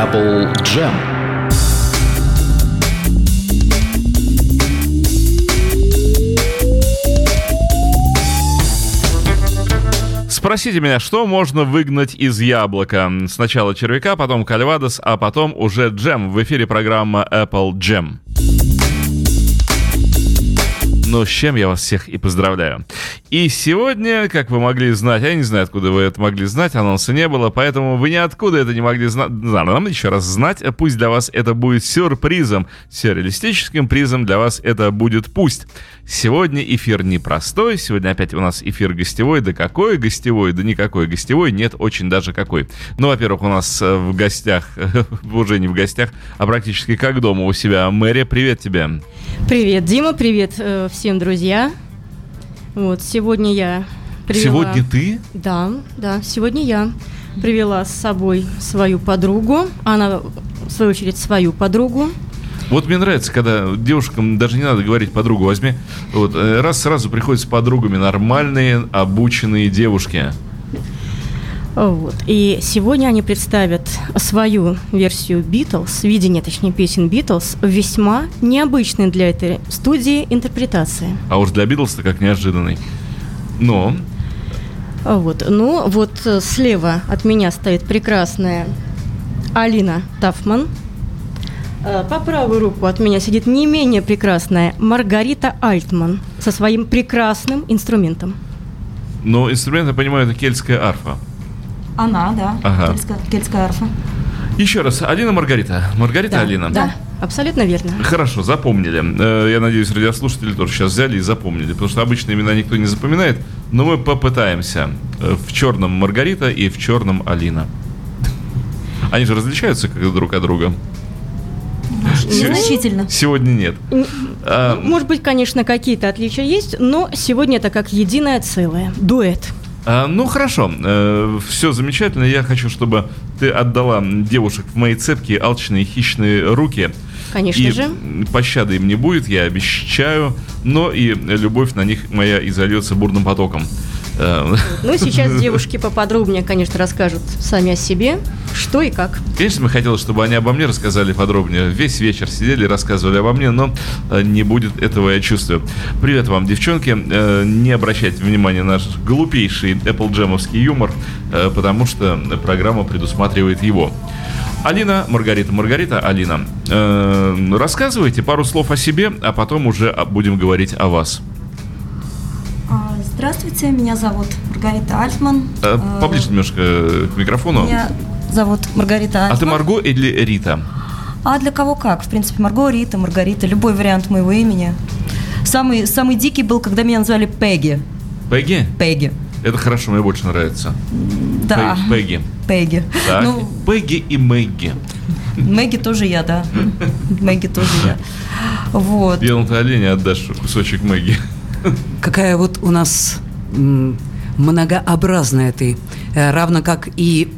Apple Jam. Спросите меня, что можно выгнать из яблока? Сначала червяка, потом кальвадос, а потом уже джем. В эфире программа Apple Jam. Ну, с чем я вас всех и поздравляю. И сегодня, как вы могли знать, я не знаю, откуда вы это могли знать, анонса не было, поэтому вы ниоткуда это не могли знать. Нам еще раз знать, пусть для вас это будет сюрпризом, сюрреалистическим призом для вас это будет пусть. Сегодня эфир непростой, сегодня опять у нас эфир гостевой. Да какой гостевой? Да никакой гостевой, нет, очень даже какой. Ну, во-первых, у нас в гостях, уже не в гостях, а практически как дома у себя Мэри. Привет тебе. Привет, Дима, привет всем друзья. Вот, сегодня я привела... Сегодня ты? Да, сегодня я привела с собой свою подругу. Она, в свою очередь, свою подругу. Вот мне нравится, когда девушкам даже не надо говорить подругу возьми. Вот, раз сразу приходят с подругами нормальные, обученные девушки. Вот. И сегодня они представят свою версию Beatles, видение, точнее, песен Beatles, в весьма необычной для этой студии интерпретации. А уж для Beatles-то как неожиданный. Но... Вот. Ну, вот слева от меня стоит прекрасная Алина Тафман. По правую руку от меня сидит не менее прекрасная Маргарита Альтман со своим прекрасным инструментом. Но инструмент, я понимаю, это кельтская арфа. Она, да, ага. кельтская арфа. Еще раз, Алина, Маргарита. Маргарита, да, Алина. Да, абсолютно верно. Хорошо, запомнили. Я надеюсь, радиослушатели тоже сейчас взяли и запомнили, потому что обычно имена никто не запоминает, но мы попытаемся. В черном Маргарита и в черном Алина. Они же различаются друг от друга? Незначительно. Сегодня нет. Может быть, конечно, какие-то отличия есть, но сегодня это как единое целое. Дуэт. Ну, хорошо. Все замечательно. Я хочу, чтобы ты отдала девушек в мои цепкие, алчные, хищные руки. Конечно же. Пощады им не будет, я обещаю. Но и любовь на них моя изольется бурным потоком. Ну, сейчас девушки поподробнее, конечно, расскажут сами о себе, что и как. Конечно, мы хотели, чтобы они обо мне рассказали подробнее. Весь вечер сидели и рассказывали обо мне, но не будет этого, я чувствую. Привет вам, девчонки. Не обращайте внимания на наш глупейший Apple Jam-овский юмор, потому что программа предусматривает его. Алина, Маргарита, Алина. Рассказывайте пару слов о себе, а потом уже будем говорить о вас. Здравствуйте, меня зовут Маргарита Альтман. Поближе немножко к микрофону. Меня зовут Маргарита Альтман. А ты Марго или Рита? А для кого как? В принципе, Марго, Рита, Маргарита, любой вариант моего имени. Самый дикий был, когда меня назвали Пегги. Пегги? Пегги. Это хорошо, мне больше нравится. Да. Пегги. Пегги. Так. Пегги и Мэгги. Мэгги тоже я, да. Мэгги тоже я. Вот. Я на той олене отдашь кусочек Мэгги. Какая вот у нас многообразная ты, равно как и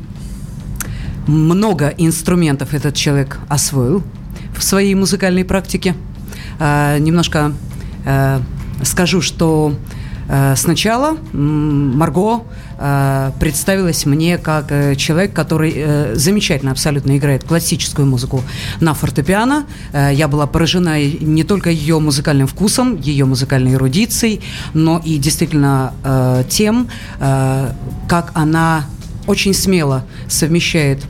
много инструментов этот человек освоил в своей музыкальной практике. Немножко скажу, что сначала Марго представилась мне как человек, который замечательно абсолютно играет классическую музыку на фортепиано. Я была поражена не только ее музыкальным вкусом, ее музыкальной эрудицией, но и действительно тем, как она очень смело совмещает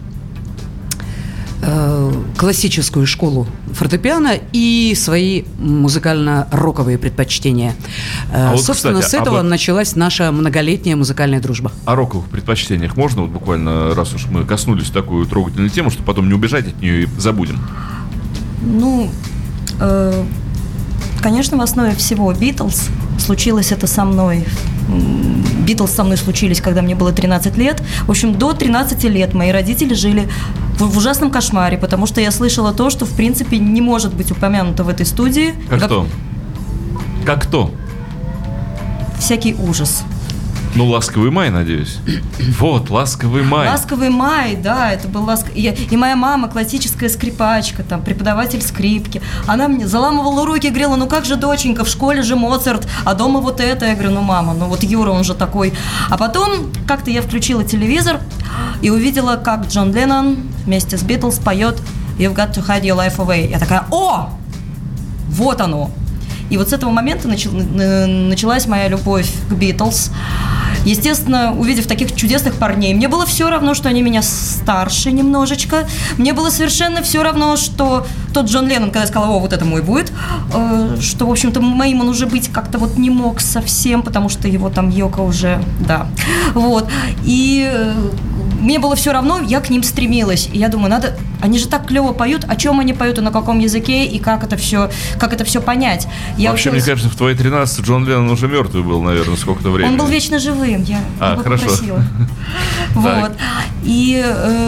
классическую школу фортепиано и свои музыкально-роковые предпочтения. Вот, собственно, кстати, с этого началась наша многолетняя музыкальная дружба. О роковых предпочтениях можно вот буквально, раз уж мы коснулись такую трогательную тему, чтобы потом не убежать от нее и забудем? Ну, конечно, в основе всего Beatles. Случилось это со мной. Beatles со мной случились, когда мне было 13 лет. В общем, до 13 лет мои родители жили в ужасном кошмаре, потому что я слышала то, что, в принципе, не может быть упомянуто в этой студии. Как кто? Всякий ужас. Ну, «Ласковый май», надеюсь. Вот, «Ласковый май». «Ласковый май», да, это был И моя мама, классическая скрипачка, там, преподаватель скрипки. Она мне заламывала руки и говорила: ну как же, доченька, в школе же Моцарт, а дома вот это. Я говорю: ну, мама, ну вот Юра, он же такой. А потом как-то я включила телевизор и увидела, как Джон Леннон вместе с Битлз поет «You've got to hide your life away». Я такая: о, вот оно. И вот с этого момента началась моя любовь к Битлз. Естественно, увидев таких чудесных парней, мне было все равно, что они меня старше немножечко. Мне было совершенно все равно, что тот Джон Леннон, когда сказал: о, вот это мой будет, что, в общем-то, моим он уже быть как-то вот не мог совсем, потому что его там Йоко уже, да. Вот. И мне было все равно, я к ним стремилась. И я думаю, они же так клево поют, о чем они поют и на каком языке, и как это все понять. Вообще, мне кажется, в твои 13 Джон Леннон уже мертвый был, наверное, сколько-то времени. Он был вечно живым, я его попросила. Вот. И,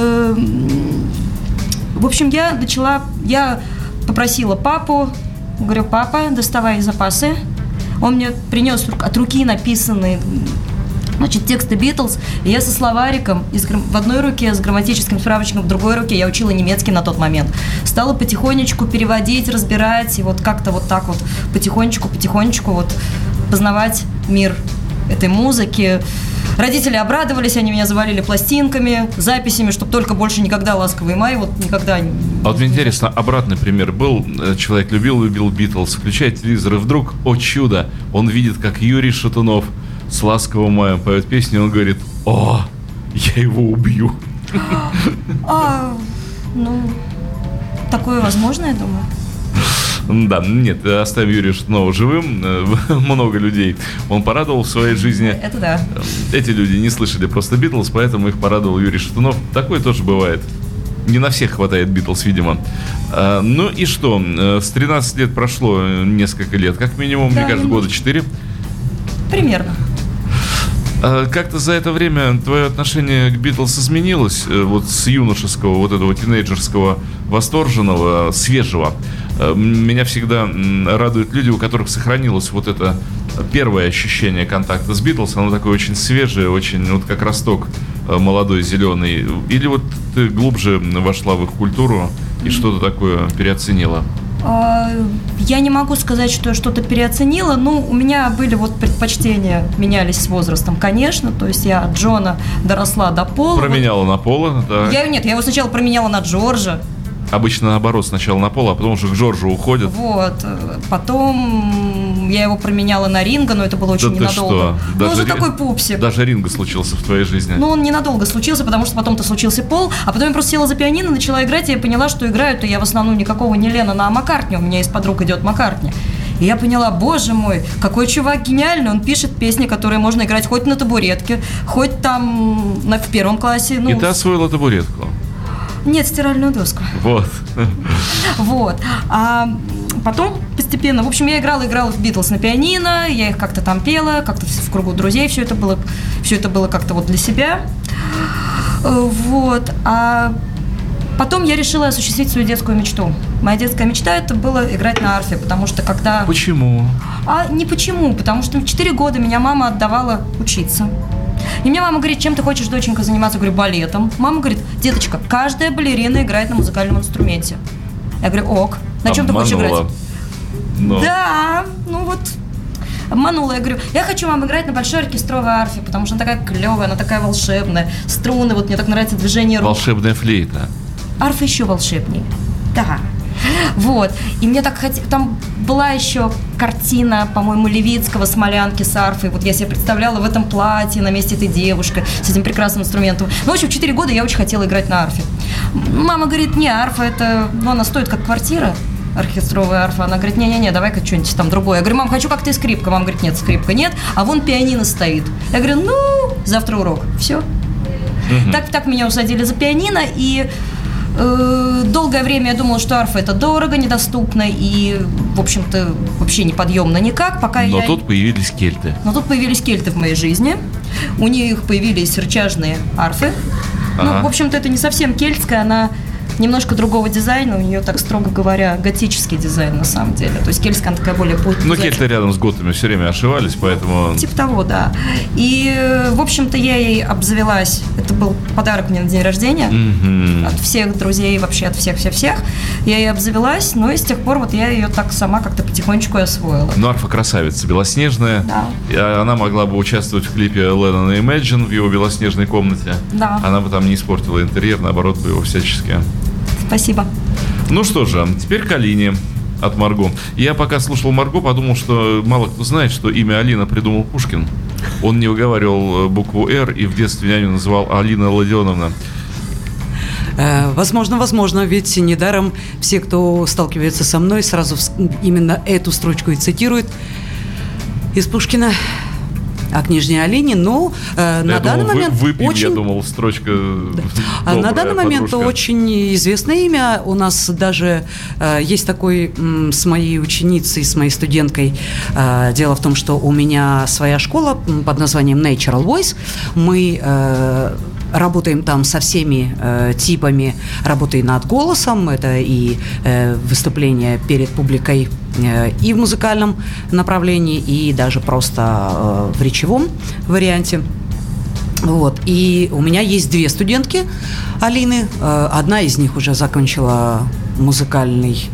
в общем, я попросила папу, говорю: папа, доставай запасы. Он мне принес от руки написанные, значит, тексты Битлз, и я со словариком в одной руке, с грамматическим справочником в другой руке, я учила немецкий на тот момент, стала потихонечку переводить, разбирать, и вот как-то вот так вот потихонечку вот познавать мир этой музыки. Родители обрадовались, они меня завалили пластинками, записями, чтобы только больше никогда «Ласковый май», вот никогда. А вот мне интересно, обратный пример был. Человек любил Битлз, включает телевизор, и вдруг, о чудо, он видит, как Юрий Шатунов с «Ласковым маем» поет песню, и он говорит: о, я его убью. Ну, такое возможно, я думаю. Да, нет, оставим Юрия Шатунова живым. Много людей он порадовал в своей жизни. Это да. Эти люди не слышали просто Битлз, поэтому их порадовал Юрий Шатунов. Такое тоже бывает. Не на всех хватает Битлз, видимо. Ну и что? С 13 лет прошло несколько лет, как минимум, да, мне кажется, года 4. Примерно. Как-то за это время твое отношение к Битлз изменилось? Вот с юношеского, вот этого тинейджерского, восторженного, свежего. Меня всегда радуют люди, у которых сохранилось вот это первое ощущение контакта с Битлз. Оно такое очень свежее, очень вот как росток молодой, зеленый. Или вот ты глубже вошла в их культуру и что-то такое переоценила? Я не могу сказать, что я что-то переоценила. Ну, у меня были вот предпочтения, менялись с возрастом, конечно. То есть я от Джона доросла до Пола. Променяла на Пола? Да. Я его сначала променяла на Джорджа. Обычно наоборот, сначала на Пола, а потом уже к Джорджу уходят. Вот. Потом я его променяла на Ринго, но это было очень ненадолго. Ну, он же такой пупсик. Даже Ринго случился в твоей жизни. Ну, он ненадолго случился, потому что потом-то случился Пол, а потом я просто села за пианино, начала играть, и я поняла, что играю-то я в основном никакого не Леннона, а Маккартни. У меня из подруг идет Маккартни. И я поняла: боже мой, какой чувак гениальный, он пишет песни, которые можно играть хоть на табуретке, хоть там в первом классе. И ты освоила табуретку? Нет, стиральную доску. Вот. Вот. А потом постепенно, в общем, я играла в Битлз на пианино, я их как-то там пела, как-то в кругу друзей, все это было как-то вот для себя. Вот. А потом я решила осуществить свою детскую мечту. Моя детская мечта — это было играть на арфе, потому что когда... Почему? Не почему, потому что в 4 года меня мама отдавала учиться. И мне мама говорит: чем ты хочешь, доченька, заниматься? Я говорю: балетом. Мама говорит: деточка, каждая балерина играет на музыкальном инструменте. Я говорю: ок. На чем ты хочешь играть? Но... Да, ну вот, обманула. Я говорю: я хочу, мам, играть на большой оркестровой арфе, потому что она такая клевая, она такая волшебная. Струны, вот мне так нравится движение рук. Волшебная флейта. Арфа еще волшебней. Да. Вот. И мне так хотелось... Там была еще картина, по-моему, Левицкого «Смолянки» с арфой. Вот я себе представляла в этом платье на месте этой девушки с этим прекрасным инструментом. Ну, в общем, в 4 года я очень хотела играть на арфе. Мама говорит: не, арфа это... Ну, она стоит как квартира, оркестровая арфа. Она говорит: не-не-не, давай-ка что-нибудь там другое. Я говорю: мам, хочу как ты, скрипка. Мама говорит: нет, скрипка нет, а вон пианино стоит. Я говорю: ну, завтра урок. Все. Так меня усадили за пианино, и... долгое время я думала, что арфа — это дорого, недоступно и, в общем-то, вообще неподъемно никак, Но тут появились кельты. Но тут появились кельты в моей жизни. У них появились рычажные арфы. Ну, в общем-то, это не совсем кельтская, она немножко другого дизайна. У нее, так строго говоря, готический дизайн на самом деле. То есть кельтская, она такая более... Ну, кельты рядом с готами все время ошивались, поэтому... Типа того, да. И, в общем-то, я ей обзавелась. Это был подарок мне на день рождения. От всех друзей, вообще от всех-всех-всех. Я ей обзавелась, но и с тех пор вот я ее так сама как-то потихонечку и освоила. Ну, арфа красавица, белоснежная. Да. Она могла бы участвовать в клипе Леннона Imagine в его белоснежной комнате. Да. Она бы там не испортила интерьер, наоборот, бы его всячески. Спасибо. Ну что же, теперь к Алине от Марго. Я пока слушал Марго, подумал, что мало кто знает, что имя Алина придумал Пушкин. Он не выговаривал букву «Р» и в детстве няню называл Алина Ладионовна. Возможно, ведь недаром все, кто сталкивается со мной, сразу именно эту строчку и цитируют из Пушкина о княжне Алине, но на данный момент я думал, строчка. Да. На данный момент очень известное имя. У нас даже есть такой с моей ученицей, с моей студенткой. Дело в том, что у меня своя школа под названием Natural Voice. Мы работаем там со всеми типами работы над голосом. Это и выступления перед публикой и в музыкальном направлении, и даже просто в речевом варианте. Вот. И у меня есть 2 студентки Алины. Одна из них уже закончила музыкальный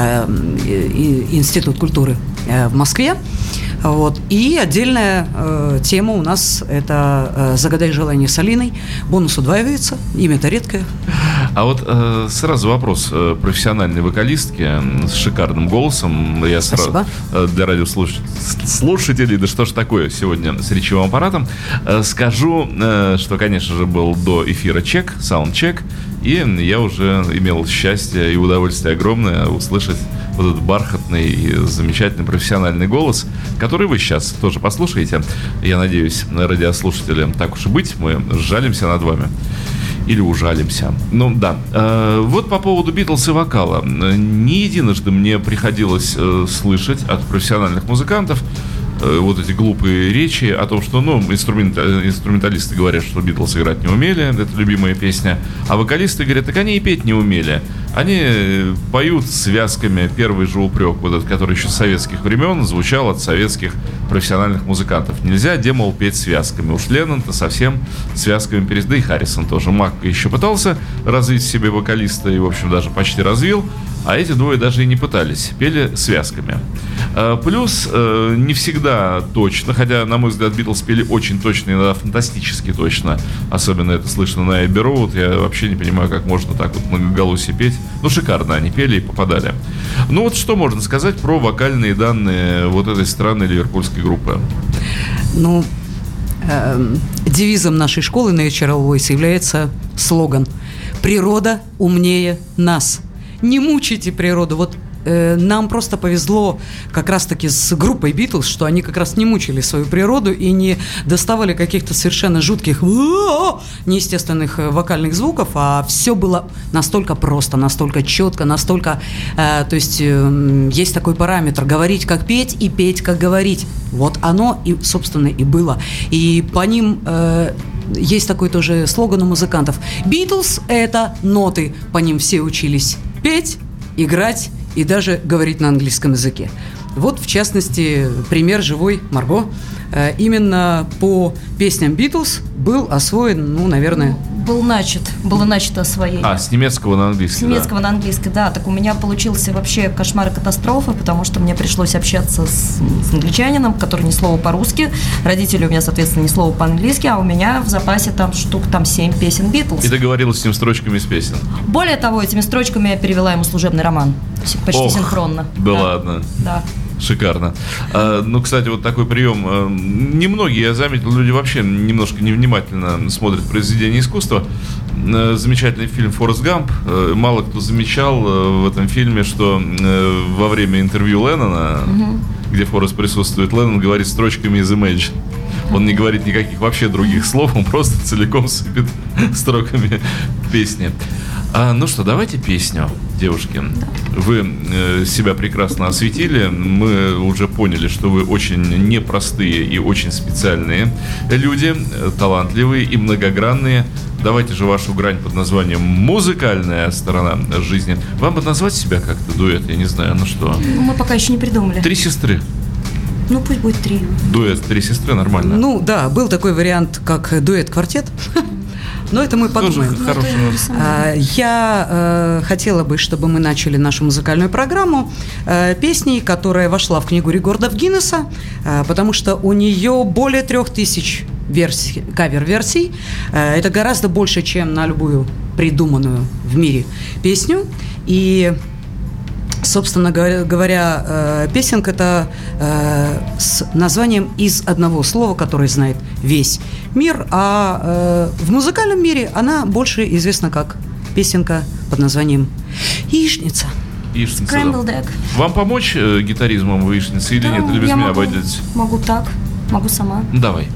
институт культуры в Москве. Вот. И отдельная тема у нас – это «Загадай желание с Алиной». Бонус удваивается, имя-то редкое. А вот сразу вопрос профессиональной вокалистки с шикарным голосом. Я сразу для радиослушателей, да что ж такое сегодня с речевым аппаратом, скажу, что, конечно же, был до эфира чек, саундчек, и я уже имел счастье и удовольствие огромное услышать вот этот бархатный и замечательный профессиональный голос, который вы сейчас тоже послушаете. Я надеюсь, радиослушатели, так уж и быть, мы сжалимся над вами. Или ужалимся. Ну да. Вот по поводу Битлз и вокала. Не единожды мне приходилось слышать от профессиональных музыкантов вот эти глупые речи о том, что, инструменталисты говорят, что Битлз играть не умели, это любимая песня, а вокалисты говорят, так они и петь не умели. Они поют связками. Первый же упрек, вот этот, который еще с советских времен звучал от советских профессиональных музыкантов. Нельзя, мол, петь связками. Уж Леннон-то совсем связками да и Харрисон тоже. Мак еще пытался развить в себе вокалиста и, в общем, даже почти развил. А эти двое даже и не пытались. Пели связками. Плюс не всегда точно, хотя, на мой взгляд, Битлз пели очень точно, иногда фантастически точно. Особенно это слышно на Эбби Роуд. Я вообще не понимаю, как можно так вот многоголосие петь. Ну, шикарно они пели и попадали. Ну, вот что можно сказать про вокальные данные вот этой странной ливерпульской группы? Ну, девизом нашей школы Natural Voice является слоган «Природа умнее нас». Не мучайте природу. Вот нам просто повезло как раз-таки с группой Битлз, что они как раз не мучили свою природу и не доставали каких-то совершенно жутких, неестественных вокальных звуков, а все было настолько просто, настолько четко, настолько... то есть есть такой параметр — говорить как петь и петь как говорить. Вот оно, и, собственно, и было. И по ним... есть такой тоже слоган у музыкантов. Битлз — это ноты. По ним все учились петь, играть и даже говорить на английском языке. Вот, в частности, пример живой Марго. Именно по песням Битлз был освоен, наверное... Было начато освоение. С немецкого на английский. С немецкого на английский, да. Так у меня получился вообще кошмар и катастрофа, потому что мне пришлось общаться с англичанином, который ни слова по-русски. Родители у меня, соответственно, ни слова по-английски, а у меня в запасе там штук 7 песен Битлз. И договорилась с ним строчками из песен. Более того, этими строчками я перевела ему служебный роман. Почти синхронно. Да ладно. Да. Шикарно. Кстати, вот такой прием. Немногие, я заметил, люди вообще немножко невнимательно смотрят произведения искусства. Замечательный фильм «Форрест Гамп». Мало кто замечал в этом фильме, что во время интервью Леннона, где Форрест присутствует, Леннон говорит строчками из Imagine. Он не говорит никаких вообще других слов, он просто целиком сыпет строками песни. Ну что, давайте песню, девушки. Вы себя прекрасно осветили. Мы уже поняли, что вы очень непростые и очень специальные люди, талантливые и многогранные. давайте же вашу грань под названием «Музыкальная сторона жизни». Вам бы назвать себя как-то дуэт, я не знаю, ну что? Мы пока еще не придумали. 3 сестры. Ну, пусть будет 3. Дуэт 3 сестры, нормально. Ну, да, был такой вариант, как дуэт-квартет. Но это мы подумаем. Я хотела бы, чтобы мы начали нашу музыкальную программу песней, которая вошла в книгу рекордов Гиннесса, потому что у нее более 3000 кавер-версий. Это гораздо больше, чем на любую придуманную в мире песню. И, собственно говоря, песенка это с названием из одного слова, которое знает весь мир, а в музыкальном мире она больше известна как песенка под названием «Яичница». Яичница. Scrambled egg. Вам помочь гитаризмом в яичнице или нет? Или без меня обойдетесь? Могу так, могу сама. Давай.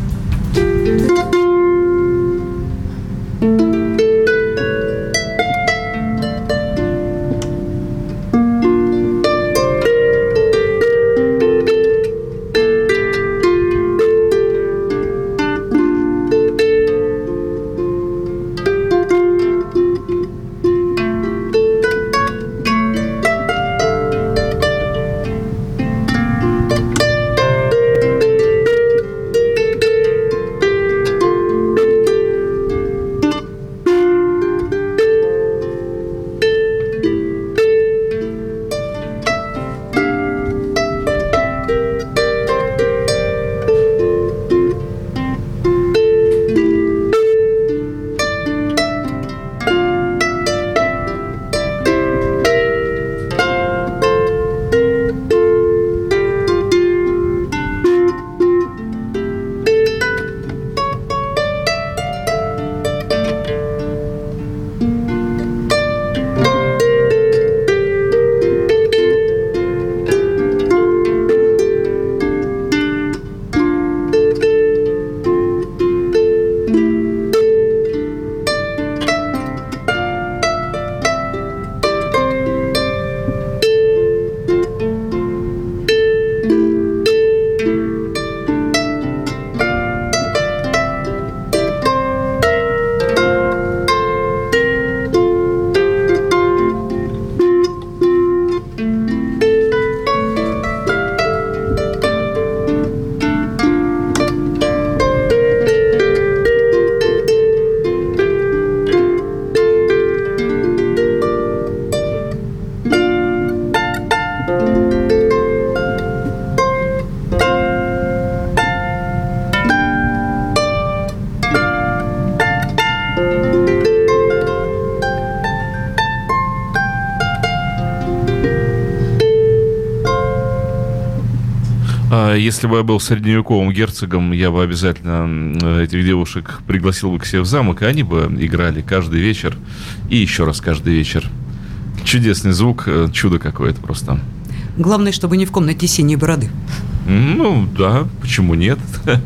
Если бы я был средневековым герцогом, я бы обязательно этих девушек пригласил бы к себе в замок, и они бы играли каждый вечер и еще раз каждый вечер. Чудесный звук, чудо какое-то просто. Главное, чтобы не в комнате синей бороды. Ну, да, почему нет?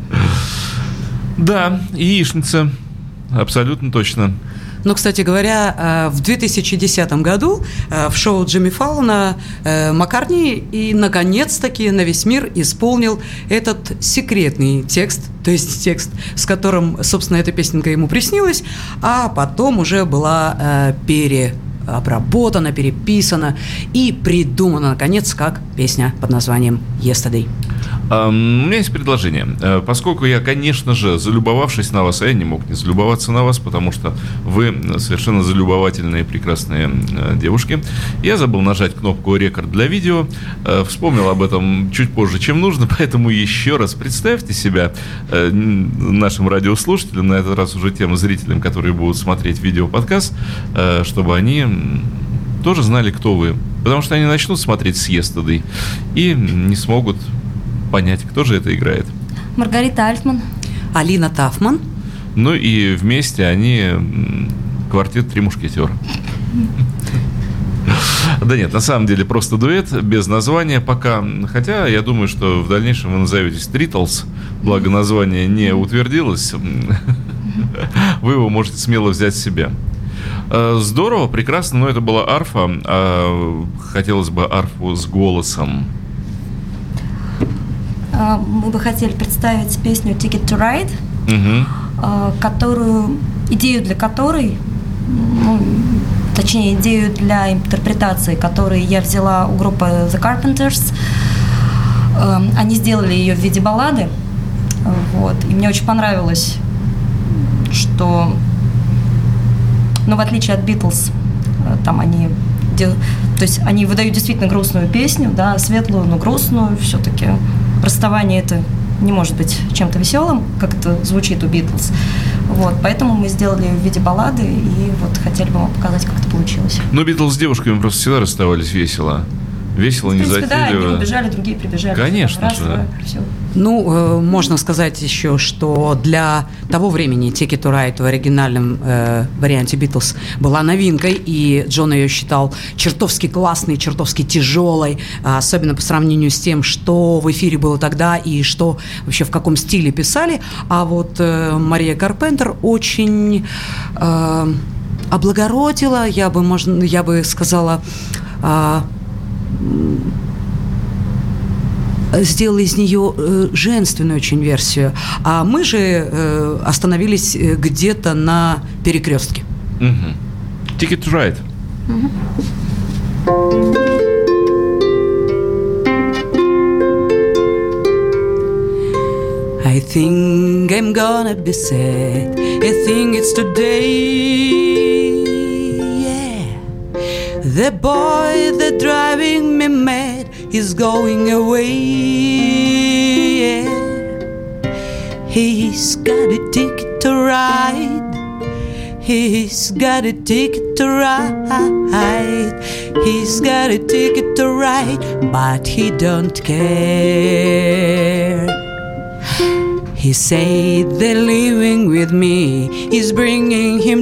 Да, яичница, абсолютно точно. Но, кстати говоря, в 2010 году в шоу Джимми Фаллона Маккартни и, наконец-таки, на весь мир исполнил этот секретный текст, то есть текст, с которым, собственно, эта песенка ему приснилась, а потом уже была переобработана, переписана и придумана, наконец, как песня под названием «Yesterday». У меня есть предложение. Поскольку я, конечно же, залюбовавшись на вас, а я не мог не залюбоваться на вас, потому что вы совершенно залюбовательные, прекрасные девушки, я забыл нажать кнопку «Рекорд» для видео, вспомнил об этом чуть позже, чем нужно, поэтому еще раз представьте себя нашим радиослушателям, на этот раз уже тем зрителям, которые будут смотреть видеоподкаст, чтобы они тоже знали, кто вы. Потому что они начнут смотреть с «Yesterday» и не смогут понять, кто же это играет. Маргарита Альтман. Алина Тафман. Ну и вместе они квартет «Три мушкетера». Да нет, на самом деле просто дуэт, без названия пока. Хотя я думаю, что в дальнейшем вы назоветесь «Тритлс», благо название не утвердилось. Вы его можете смело взять себе. Здорово, прекрасно, но это была арфа. Хотелось бы арфу с голосом. Мы бы хотели представить песню «Ticket to Ride», которую идею для которой, точнее, идею для интерпретации, которую я взяла у группы The Carpenters. Они сделали ее в виде баллады. Вот. И мне очень понравилось, что, в отличие от Beatles, там они, то есть они выдают действительно грустную песню, да, светлую, но грустную. Все-таки расставание это не может быть чем-то веселым, как это звучит у Beatles. Вот, поэтому мы сделали ее в виде баллады и вот хотели бы вам показать, как это получилось. Beatles с девушками просто всегда расставались весело. Весело, не затейливо. Да, одни убежали, другие прибежали. Конечно же, да. Все. Можно сказать еще, что для того времени Take It to Ride в оригинальном варианте Beatles была новинкой, и Джон ее считал чертовски классной, чертовски тяжелой, особенно по сравнению с тем, что в эфире было тогда и что вообще в каком стиле писали. А вот Мария Карпентер очень облагородила, я бы сказала, сделала из нее женственную очень версию, а мы же остановились где-то на перекрестке. Take It to Ride. I think I'm gonna be sad. I think it's today. The boy that's driving me mad is going away. He's got a ticket to ride. He's got a ticket to ride. He's got a ticket to ride, but he don't care. He said that living with me is bringing him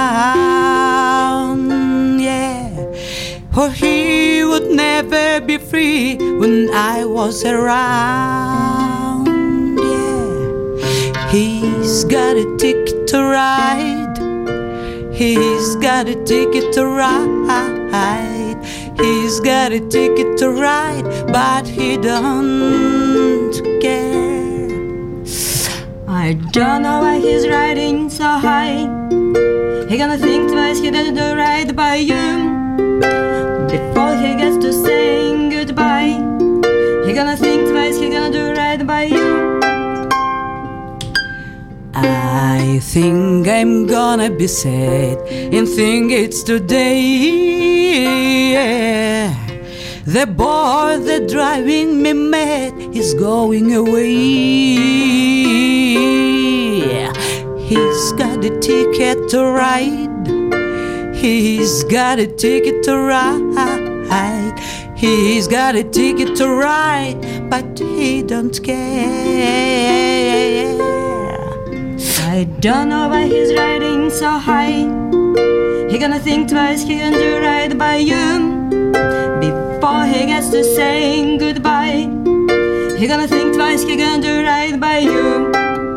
down, yeah. For he would never be free when I was around, yeah. He's got a ticket to ride. He's got a ticket to ride. He's got a ticket to ride, but he don't care. I don't know why he's riding so high. He gonna think twice, he did the ride by you. Before he gets to saying goodbye, he gonna think twice, he gonna do right by you. I think I'm gonna be sad and think it's today, yeah. The boy that's driving me mad is going away. He's got a ticket to ride. He's got a ticket to ride. He's got a ticket to ride, but he don't care. I don't know why he's riding so high. He gonna think twice, he gonna do right by you. Before he gets to saying goodbye, he gonna think twice, he gonna do right by you.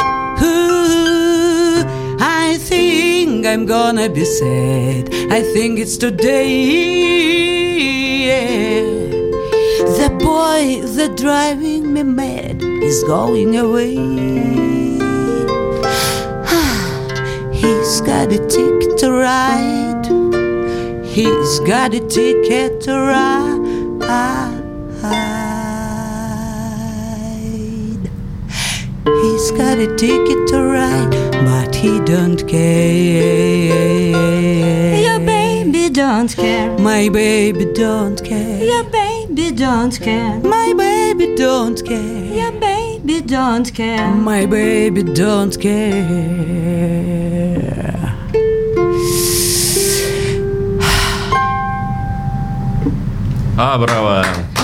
Ooh, I think I'm gonna be sad. I think it's today, yeah. The boy that's driving me mad is going away. He's got a ticket to ride. He's got a ticket to ride. He's got a ticket to ride, but he don't care. Your baby don't care. My baby don't care. Your baby don't care. My baby don't care. Your baby don't care. My baby don't care. Браво!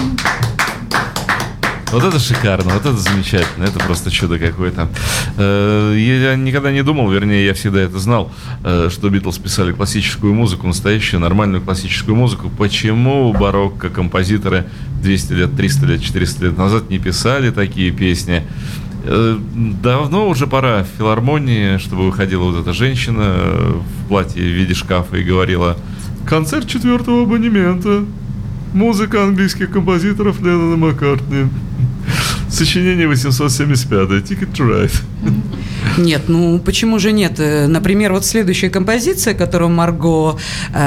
Вот это шикарно, вот это замечательно, это просто чудо какое-то. Я никогда не думал, вернее, я всегда это знал, что Битлз писали классическую музыку, настоящую, нормальную классическую музыку. Почему барокко-композиторы 200 лет, 300 лет, 400 лет назад не писали такие песни? Давно уже пора в филармонии, чтобы выходила вот эта женщина в платье в виде шкафа и говорила: «Концерт 4-го абонемента. Музыка английских композиторов Леннона Маккартни. Сочинение 875. Ticket to Ride». Нет, ну почему же нет? Например, вот следующая композиция, которую Марго,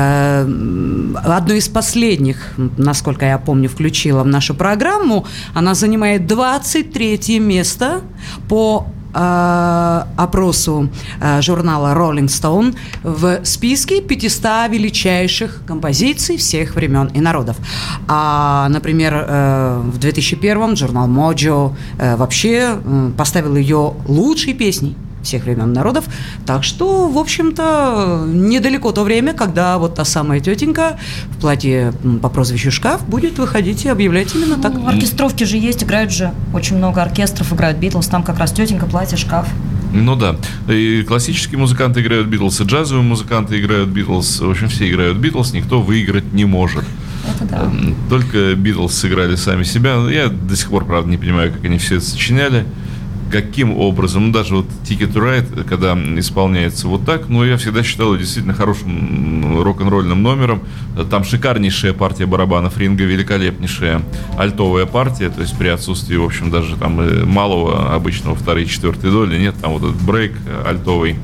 одну из последних, насколько я помню, включила в нашу программу, она занимает 23 место по опросу журнала Rolling Stone в списке 500 величайших композиций всех времен и народов. А, например, в 2001-м журнал Mojo вообще поставил ее лучшей песней всех времен народов. Так что, в общем-то, недалеко то время, когда вот та самая тетенька в платье по прозвищу Шкаф будет выходить и объявлять именно так. В оркестровке же есть, играют же очень много оркестров, играют Битлз, там как раз тетенька, платье, шкаф. Ну да, и классические музыканты играют Битлз, и джазовые музыканты играют Битлз. В общем, все играют Битлз, никто выиграть не может. Это да. Только Битлз сыграли сами себя. Я до сих пор, правда, не понимаю, как они все это сочиняли. Каким образом, ну даже вот Ticket to Ride, когда исполняется вот так, ну я всегда считал его действительно хорошим рок-н-ролльным номером. Там шикарнейшая партия барабанов Ринга, великолепнейшая альтовая партия, то есть при отсутствии, в общем, даже там малого обычного второй и четвертой доли, нет, там вот этот брейк альтовый.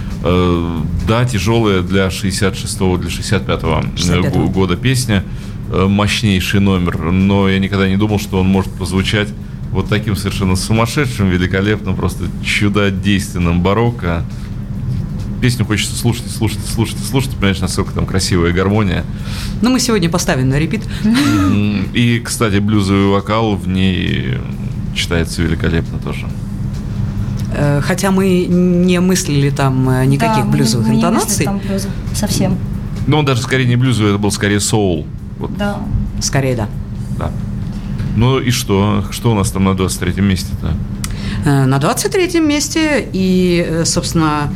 Да, тяжелая для 66-го, для 65-го года песня, мощнейший номер, но я никогда не думал, что он может позвучать вот таким совершенно сумасшедшим, великолепным, просто чудодейственным барокко. Песню хочется слушать, понимаешь, насколько там красивая гармония. Ну, мы сегодня поставим на репит. И, кстати, блюзовый вокал в ней читается великолепно тоже. Хотя мы не мыслили там никаких блюзовых интонаций. Да, мы не мыслили там блюза совсем. Ну, он даже скорее не блюзовый, это был скорее соул. Вот. Да. Скорее, да. Да. Ну и что? Что у нас там на 23-м месте-то? На 23-м месте и, собственно,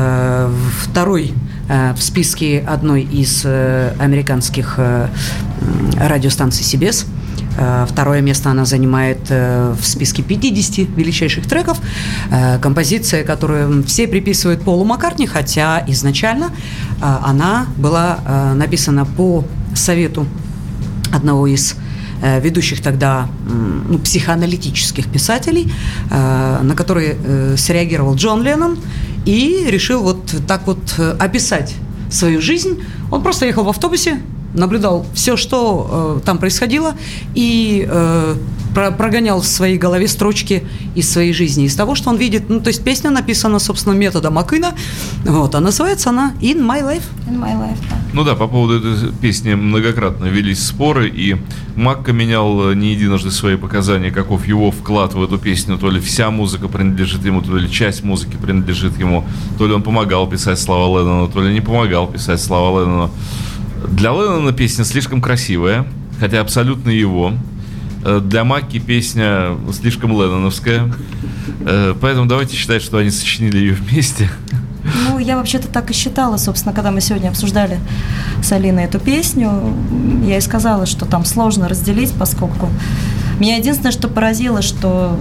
второй в списке одной из американских радиостанций CBS. Второе место она занимает в списке 50 величайших треков. Композиция, которую все приписывают Полу Маккартни, хотя изначально она была написана по совету одного из ведущих тогда психоаналитических писателей, на который среагировал Джон Леннон и решил вот так вот описать свою жизнь. Он просто ехал в автобусе, наблюдал все, что там происходило, и прогонял в своей голове строчки из своей жизни, из того, что он видит. Ну, то есть песня написана, собственно, методом Акына, вот, а называется она «In My Life». «In My Life», да. Ну да, по поводу этой песни многократно велись споры, и Макка менял не единожды свои показания, каков его вклад в эту песню, то ли вся музыка принадлежит ему, то ли часть музыки принадлежит ему, то ли он помогал писать слова Леннону, то ли не помогал писать слова Леннону. Для Леннона песня слишком красивая, хотя абсолютно его. Для Макки песня слишком ленноновская. Поэтому давайте считать, что они сочинили ее вместе. Ну, я вообще-то так и считала, собственно, когда мы сегодня обсуждали с Алиной эту песню, я и сказала, что там сложно разделить, поскольку меня единственное, что поразило, что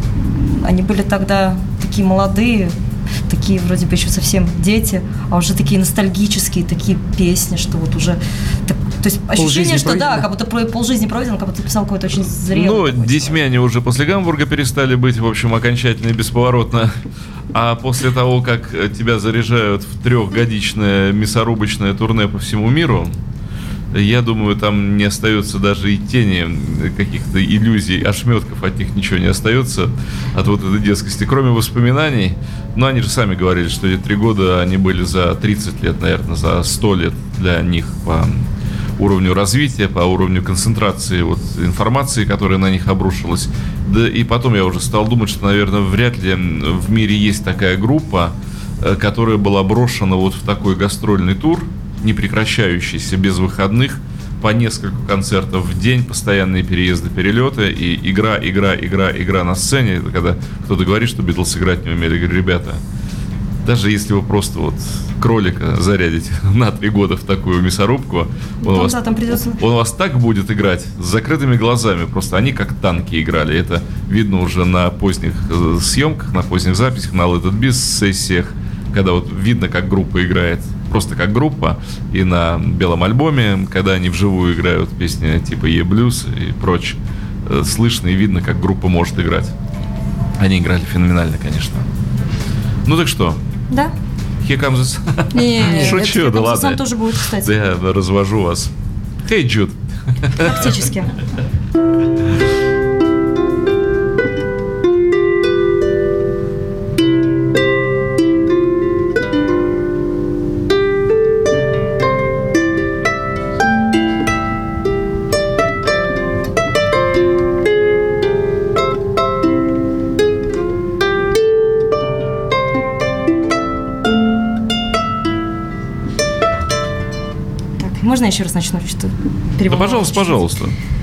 они были тогда такие молодые, такие вроде бы еще совсем дети, а уже такие ностальгические такие песни, что вот уже... То есть ощущение, что пройдено. Да, как будто полжизни пройдено, как будто писал какой-то очень зрелый. Ну, детьми они уже после Гамбурга перестали быть, в общем, окончательно и бесповоротно. А после того, как тебя заряжают в 3-годичное мясорубочное турне по всему миру, я думаю, там не остается даже и тени каких-то иллюзий, ошметков от них ничего не остается, от вот этой детскости, кроме воспоминаний. Но они же сами говорили, что эти 3 года, они были за 30 лет, наверное, за 100 лет для них по уровню развития, по уровню концентрации вот информации, которая на них обрушилась. Да и потом я уже стал думать, что, наверное, вряд ли в мире есть такая группа, которая была брошена вот в такой гастрольный тур, не прекращающийся, без выходных, по несколько концертов в день, постоянные переезды, перелеты и игра на сцене. Это когда кто-то говорит, что Битлз играть не умели. Я говорю, ребята, даже если вы просто вот кролика зарядите на 3 года в такую мясорубку, он у вас так будет играть с закрытыми глазами. Просто они как танки играли. Это видно уже на поздних съемках, на поздних записях, на Let It Be сессиях, когда вот видно, как группа играет просто как группа, и на белом альбоме, когда они вживую играют песни типа «Е-блюз» и прочее, слышно и видно, как группа может играть. Они играли феноменально, конечно. Ну так что? Да. Here comes the... Не, Шучу, да ладно. Сам тоже будет, кстати. Да я развожу вас. Hey, Jude. Фактически. Можно я еще раз начну? Что-то Да, пожалуйста, пожалуйста.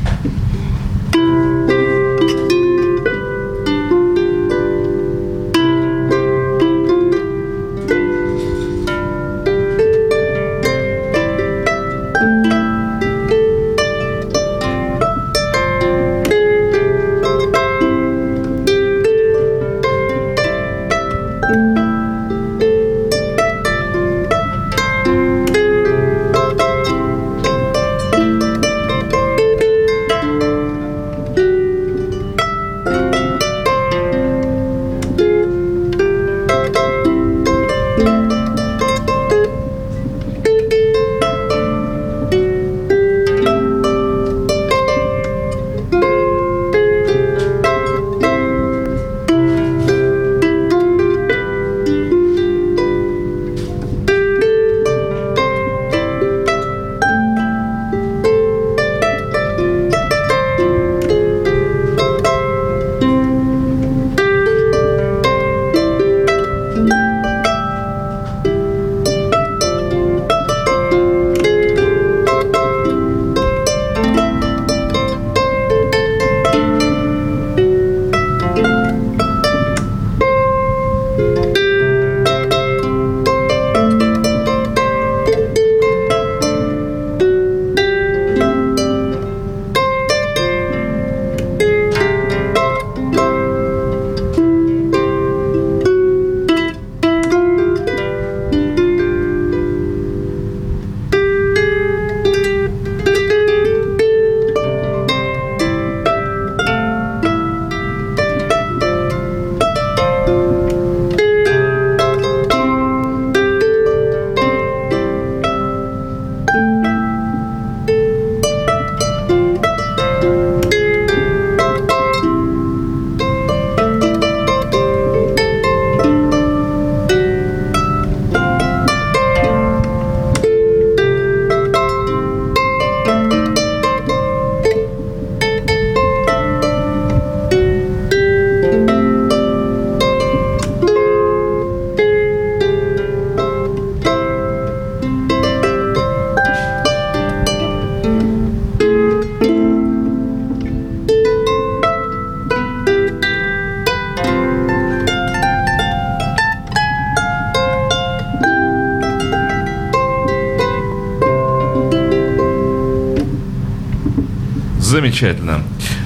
Замечательно.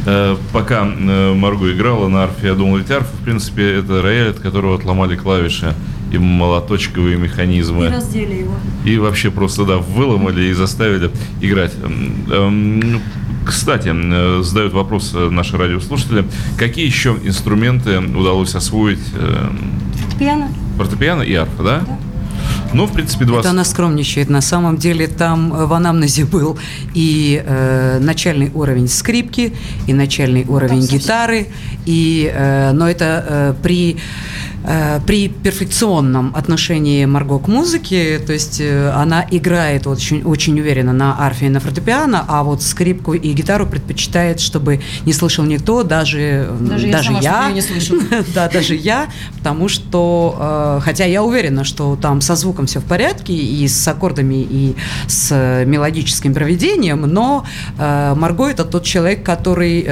Пока Марго играла на арфе, я думал, ведь арфа, в принципе, это рояль, от которого отломали клавиши и молоточковые механизмы. И раздели его. И вообще просто, да, выломали и заставили играть. Кстати, задают вопрос наши радиослушатели. Какие еще инструменты удалось освоить? Фортепиано. Фортепиано и арфа, да? Да. Ну, в принципе, Это она скромничает. На самом деле там в анамнезе был и начальный уровень скрипки, и начальный уровень гитары, но это при перфекционном отношении Марго к музыке, то есть она играет очень, очень уверенно на арфе и на фортепиано, а вот скрипку и гитару предпочитает, чтобы не слышал никто, даже я не слышу. Да, даже я, потому что, хотя я уверена, что там со звуком все в порядке, и с аккордами, и с мелодическим проведением, но Марго – это тот человек, который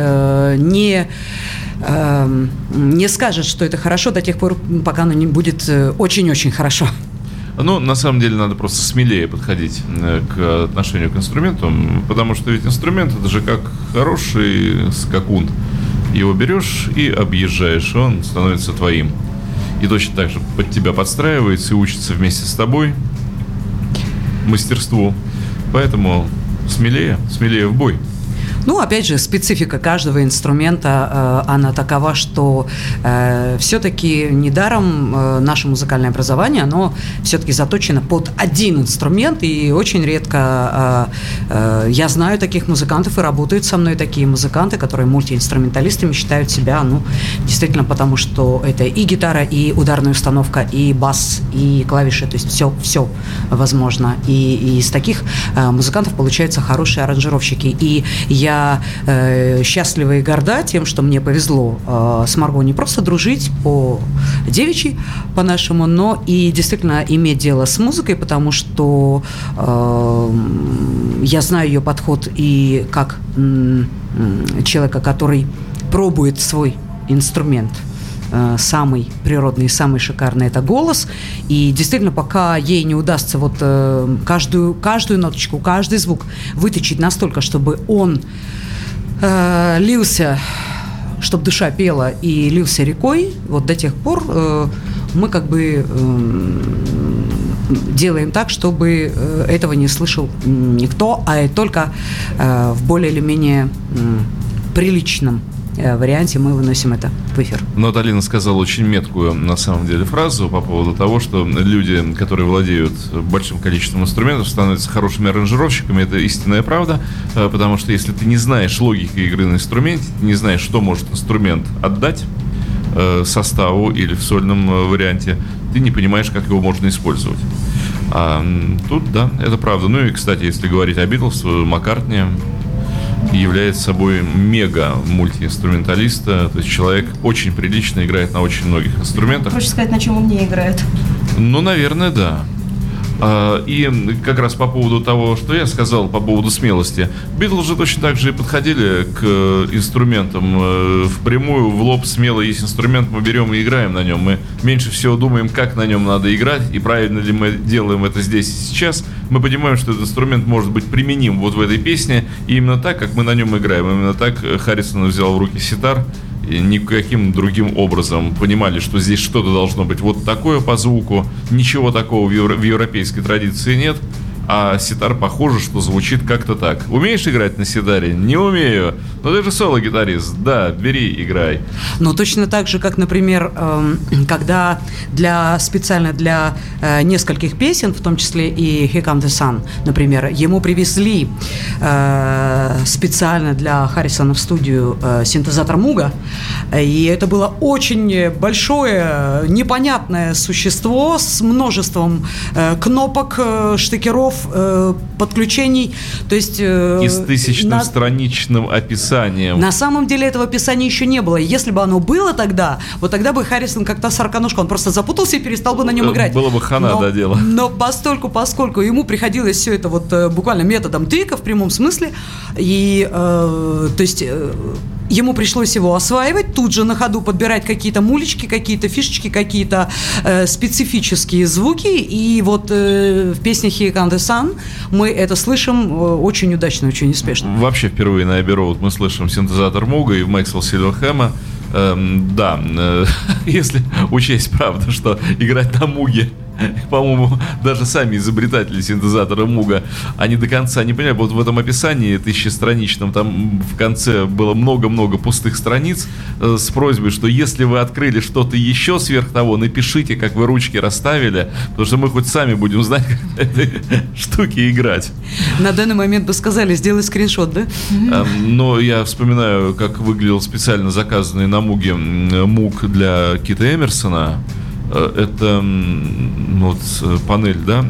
не скажет, что это хорошо до тех пор, пока оно не будет очень-очень хорошо. Ну, на самом деле, надо просто смелее подходить к отношению к инструменту, потому что ведь инструмент – это же как хороший скакун. Его берешь и объезжаешь, он становится твоим. И точно так же под тебя подстраивается и учится вместе с тобой мастерству. Поэтому смелее в бой. Ну, опять же, специфика каждого инструмента, она такова, что все-таки недаром наше музыкальное образование, оно все-таки заточено под один инструмент, и очень редко я знаю таких музыкантов, и работают со мной такие музыканты, которые мультиинструменталистами считают себя, ну, действительно, потому что это и гитара, и ударная установка, и бас, и клавиши, то есть все возможно. И из таких музыкантов получаются хорошие аранжировщики. И я счастлива и горда тем, что мне повезло с Марго не просто дружить по девичьи, по-нашему, но и действительно иметь дело с музыкой, потому что я знаю ее подход и как человека, который пробует свой инструмент. Самый природный, самый шикарный – это голос. И действительно, пока ей не удастся вот каждую ноточку, каждый звук выточить настолько, чтобы он лился, чтобы душа пела и лился рекой, вот до тех пор мы как бы делаем так, чтобы этого не слышал никто, а только в более или менее приличном варианте мы выносим это в эфир. Но вот Алина сказала очень меткую, на самом деле, фразу по поводу того, что люди, которые владеют большим количеством инструментов, становятся хорошими аранжировщиками. Это истинная правда, потому что если ты не знаешь логики игры на инструменте, не знаешь, что может инструмент отдать составу или в сольном варианте, ты не понимаешь, как его можно использовать. А тут, да, это правда. Ну и, кстати, если говорить о Битлз, Маккартни является собой мега-мультиинструменталиста, то есть человек очень прилично играет на очень многих инструментах. Хочешь сказать, на чем он не играет? Ну, наверное, да. И как раз по поводу того, что я сказал, по поводу смелости. Битлз же точно так же и подходили к инструментам впрямую, в лоб, смело. Есть инструмент, мы берем и играем на нем. Мы меньше всего думаем, как на нем надо играть, и правильно ли мы делаем это здесь и сейчас. Мы понимаем, что этот инструмент может быть применим вот в этой песне, и именно так, как мы на нем играем. Именно так Харрисон взял в руки ситар, и никаким другим образом понимали, что здесь что-то должно быть вот такое по звуку. Ничего такого в европейской традиции нет. А ситар похоже, что звучит как-то так. Умеешь играть на ситаре? Не умею. Но ты же соло-гитарист. Да, бери, играй. Ну, точно так же, как, например, когда специально для нескольких песен, в том числе и Here Comes the Sun, например, ему привезли специально для Харрисона в студию синтезатор Муга, и это было очень большое, непонятное существо с множеством кнопок, штекеров, подключений, то есть... И с 1000-страничным описанием. На самом деле этого описания еще не было. Если бы оно было тогда, вот тогда бы Харрисон как-то сороконожка, он просто запутался и перестал бы на нем играть. Было бы хана до дела. Но поскольку ему приходилось все это вот буквально методом тыка в прямом смысле, и то есть... Ему пришлось его осваивать, тут же на ходу подбирать какие-то мулечки, какие-то фишечки, какие-то специфические звуки. И вот в песне Here Comes the Sun мы это слышим очень удачно, очень успешно. Вообще впервые на Abbey Road мы слышим синтезатор Муга и Максвелл Сильверхэма. Да, если учесть, правда, что играть на Муге, по-моему, даже сами изобретатели синтезатора Муга, они до конца не понимают. Вот в этом описании 1000-страничном там в конце было много-много пустых страниц с просьбой, что если вы открыли что-то еще сверх того, напишите, как вы ручки расставили, потому что мы хоть сами будем знать, как на этой штуке играть. На данный момент бы сказали, сделай скриншот, да? Но я вспоминаю, как выглядел специально заказанный на Муге Муг для Кита Эмерсона. Это вот панель, да,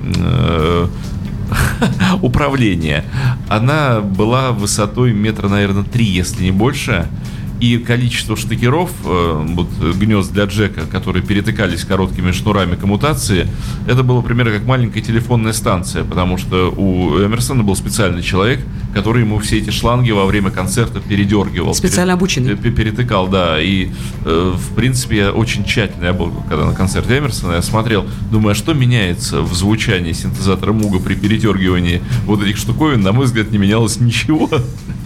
управления. Она была высотой метра, наверное, 3, если не больше. И количество штекеров, вот, гнезд для джека, которые перетыкались короткими шнурами коммутации, это было примерно как маленькая телефонная станция, потому что у Эмерсона был специальный человек, который ему все эти шланги во время концерта передергивал. Специально обученный. Перетыкал, да. И, в принципе, я очень тщательно, я был когда на концерте Эмерсона, я смотрел, думаю, а что меняется в звучании синтезатора Муга при передергивании вот этих штуковин? На мой взгляд, не менялось ничего.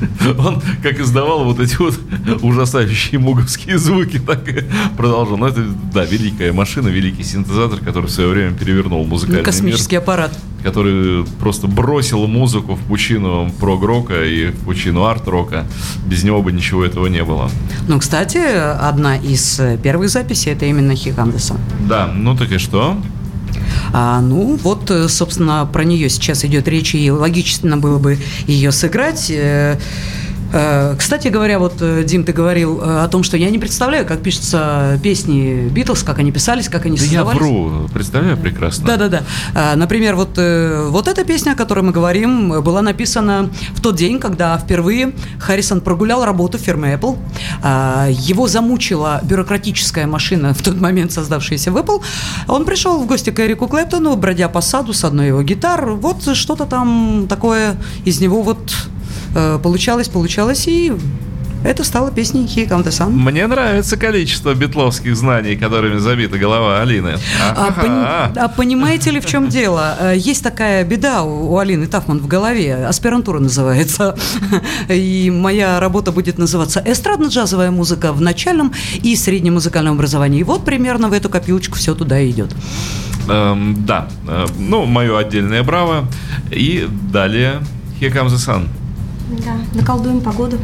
Он как издавал вот эти вот ужасающие муговские звуки, так и продолжал. Но это, да, великая машина, великий синтезатор, который в свое время перевернул музыкальный Космический мир, аппарат. который просто бросил музыку в пучину прог-рока и в пучину арт-рока. Без него бы ничего этого не было. Ну, кстати, одна из первых записей — это именно Here Comes the Sun. Да, ну так и что? Ну, вот, собственно, про нее сейчас идет речь, и логично было бы ее сыграть. Кстати говоря, вот, Дим, ты говорил о том, что я не представляю, как пишутся песни Битлз, как они писались, как они создавались. Да я вру, представляю прекрасно. Да-да-да. Например, вот эта песня, о которой мы говорим, была написана в тот день, когда впервые Харрисон прогулял работу в фирме Apple. Его замучила бюрократическая машина, в тот момент создавшаяся в Apple. Он пришел в гости к Эрику Клэптону, бродя по саду с одной его гитар. Вот что-то там такое из него вот получалось, и это стало песней Here Comes the Sun. Мне нравится количество битловских знаний, которыми забита голова Алины. Понимаете ли, в чем дело? Есть такая беда у Алины Тафман в голове, аспирантура называется, и моя работа будет называться «Эстрадно-джазовая музыка в начальном и среднем музыкальном образовании». И вот примерно в эту копилочку все туда идет. Да, ну, мое отдельное браво. И далее Here Comes the Sun. Да, наколдуем погоду.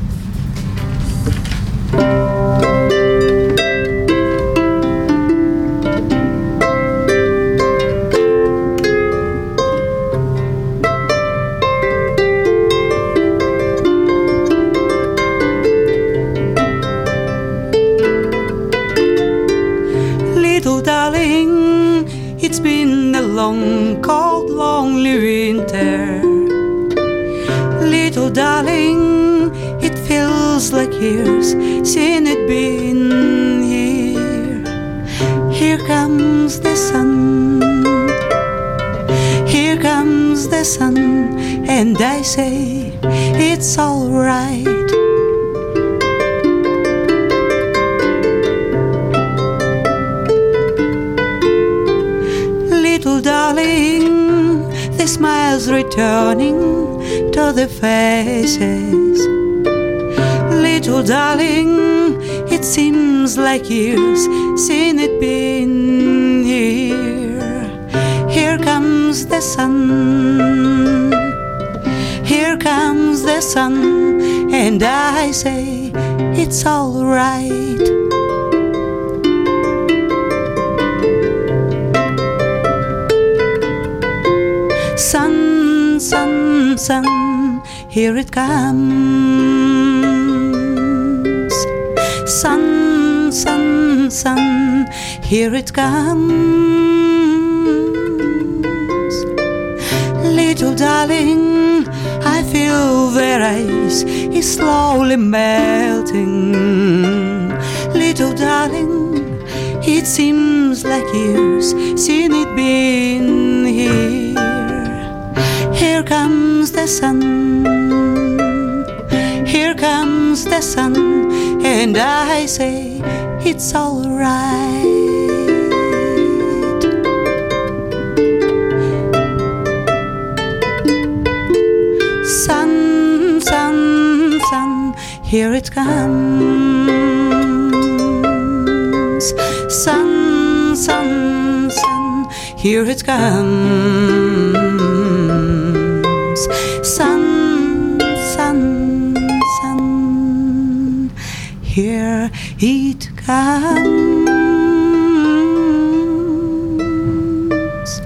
Little darling, it's been a long, cold, lonely winter. Little darling, it feels like years since it been here. Here comes the sun. Here comes the sun, and I say it's all right. Little darling, the smile's returning to the faces. Little darling, it seems like years since it been here. Here comes the sun. Here comes the sun, and I say it's all right. Sun, sun, sun, here it comes. Sun, sun, sun, here it comes. Little darling, I feel their ice is slowly melting. Little darling, it seems like years since it been here. Here comes the sun. Here comes the sun, and I say it's all right. Sun, sun, sun, here it comes. Sun, sun, sun, here it comes. Sun, sun, sun, here it comes.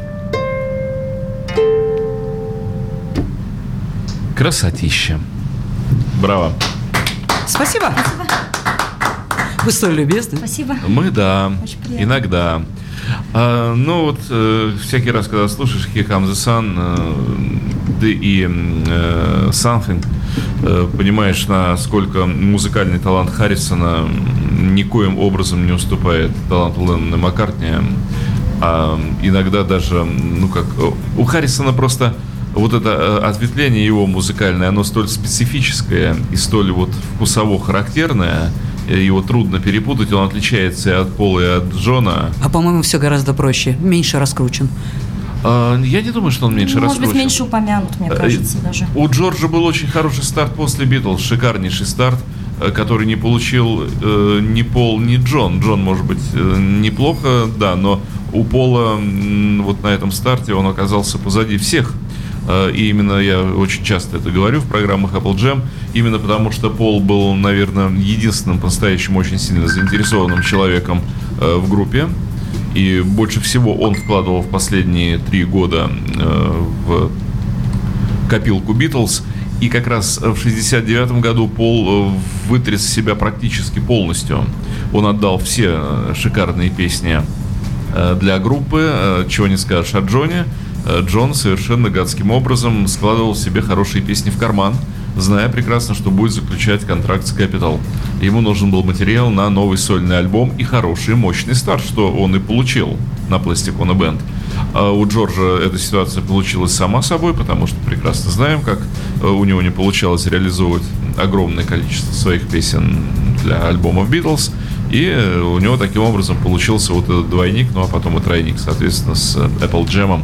Красотища. Браво. Спасибо. Вы столь любезны. Спасибо. Мы, да, Очень приятно. иногда. Ну вот, всякий раз, когда слушаешь Here Comes the Sun, да и Something, понимаешь, насколько музыкальный талант Харрисона никоим образом не уступает таланту Леннона и Маккартни. А иногда даже, ну как, у Харрисона просто вот это ответвление его музыкальное, оно столь специфическое и столь вот вкусово характерное, его трудно перепутать, он отличается и от Пола, и от Джона. А по-моему, все гораздо проще, меньше раскручен. Я не думаю, что он меньше раскручен. Может быть, меньше упомянут, мне кажется, даже. У Джорджа был очень хороший старт после Битлз, шикарнейший старт, который не получил ни Пол, ни Джон. Джон, может быть, неплохо, да, но у Пола вот на этом старте он оказался позади всех. И именно я очень часто это говорю в программах Apple Jam, именно потому что Пол был, наверное, единственным по-настоящему очень сильно заинтересованным человеком в группе. И больше всего он вкладывал в последние 3 года в копилку Битлз. И как раз в 1969 году Пол вытряс себя практически полностью. Он отдал все шикарные песни для группы, чего не скажешь о Джоне. Джон совершенно гадским образом складывал себе хорошие песни в карман, зная прекрасно, что будет заключать контракт с Capitol. Ему нужен был материал на новый сольный альбом и хороший, мощный старт, что он и получил на Plastic Ono Band. А у Джорджа эта ситуация получилась сама собой, потому что прекрасно знаем, как у него не получалось реализовывать огромное количество своих песен для альбомов Beatles. И у него таким образом получился вот этот двойник, ну а потом и тройник, соответственно, с Apple Jam'ом.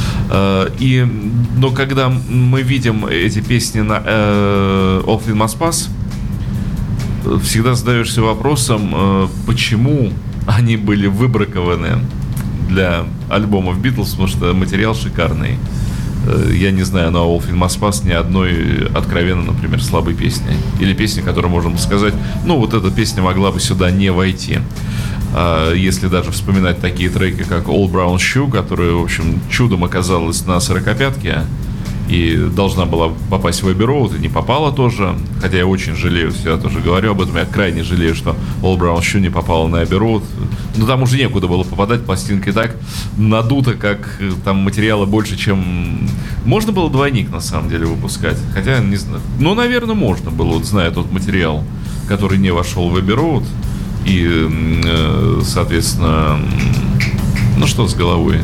Но когда мы видим эти песни на All Things Must Pass, всегда задаешься вопросом, почему они были выбракованы для альбомов Beatles, потому что материал шикарный. Я не знаю на All Things Must Pass ни одной откровенно, например, слабой песни. Или песни, которую можно сказать, ну вот эта песня могла бы сюда не войти. Если даже вспоминать такие треки, как Old Brown Shoe, которая, в общем, чудом оказалась на 45-ке и должна была попасть в Abbey Road, и не попала тоже. Хотя я очень жалею, всегда тоже говорю об этом, я крайне жалею, что Old Brown Shoe не попала на Abbey Road. Но там уже некуда было попадать, пластинка и так надута, как там материала больше, чем... Можно было двойник, на самом деле, выпускать. Хотя, не знаю. Ну, наверное, можно было, вот, зная тот материал, который не вошел в Abbey Road. И, соответственно, ну что с головой?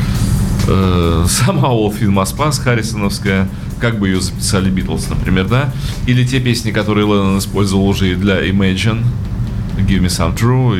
Сама All Things Must Pass харрисоновская, как бы ее записали Битлз, например, да? Или те песни, которые Леннон использовал уже и для Imagine, Give Me Some True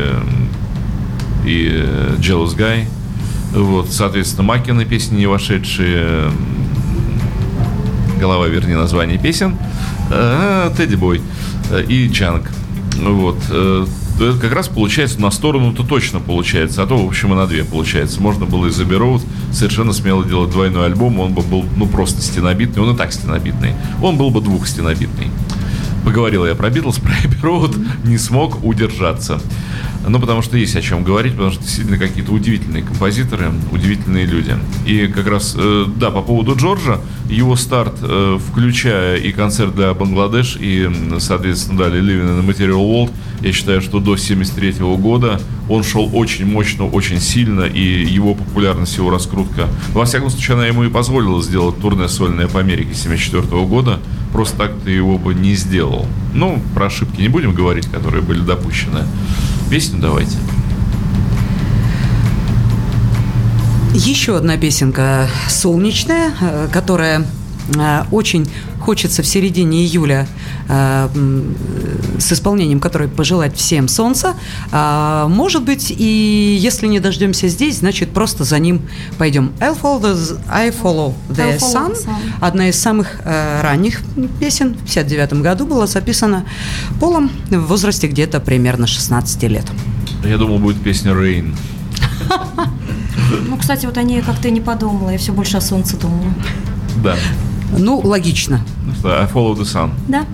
и Jealous Guy. Вот, соответственно, Маккины песни, не вошедшие, голова, вернее, название песен, Тедди Бой и Чанг. Вот. Это как раз получается на сторону-то точно получается, а то, в общем, и на 2 получается. Можно было из Abbey Road совершенно смело делать двойной альбом, он бы был, ну, просто стенобитный, он и так стенобитный. Он был бы 2-стенобитный. Поговорил я про Битлз, про Abbey Road, не смог удержаться. Ну, потому что есть о чем говорить, потому что действительно какие-то удивительные композиторы, удивительные люди. И как раз, да, по поводу Джорджа, его старт, включая и концерт для Бангладеш, и, соответственно, далее Living in the Material World, я считаю, что до 1973 года он шел очень мощно, очень сильно, и его популярность, его раскрутка, во всяком случае, она ему и позволила сделать турне сольное по Америке 1974 года, просто так ты его бы не сделал. Ну, про ошибки не будем говорить, которые были допущены. Песню давайте. Еще одна песенка солнечная, которая очень хочется в середине июля с исполнением которой пожелать всем солнца. Может быть, и если не дождемся здесь, значит, просто за ним пойдем. I Follow the Sun. Одна из самых ранних песен. В 1959 году была записана Полом в возрасте где-то примерно 16 лет. Я думал, будет песня Rain. Ну, кстати, вот о ней как-то и не подумала. Я все больше о солнце думала. Да. Ну, логично. Ну что, I Follow the Sun. Да.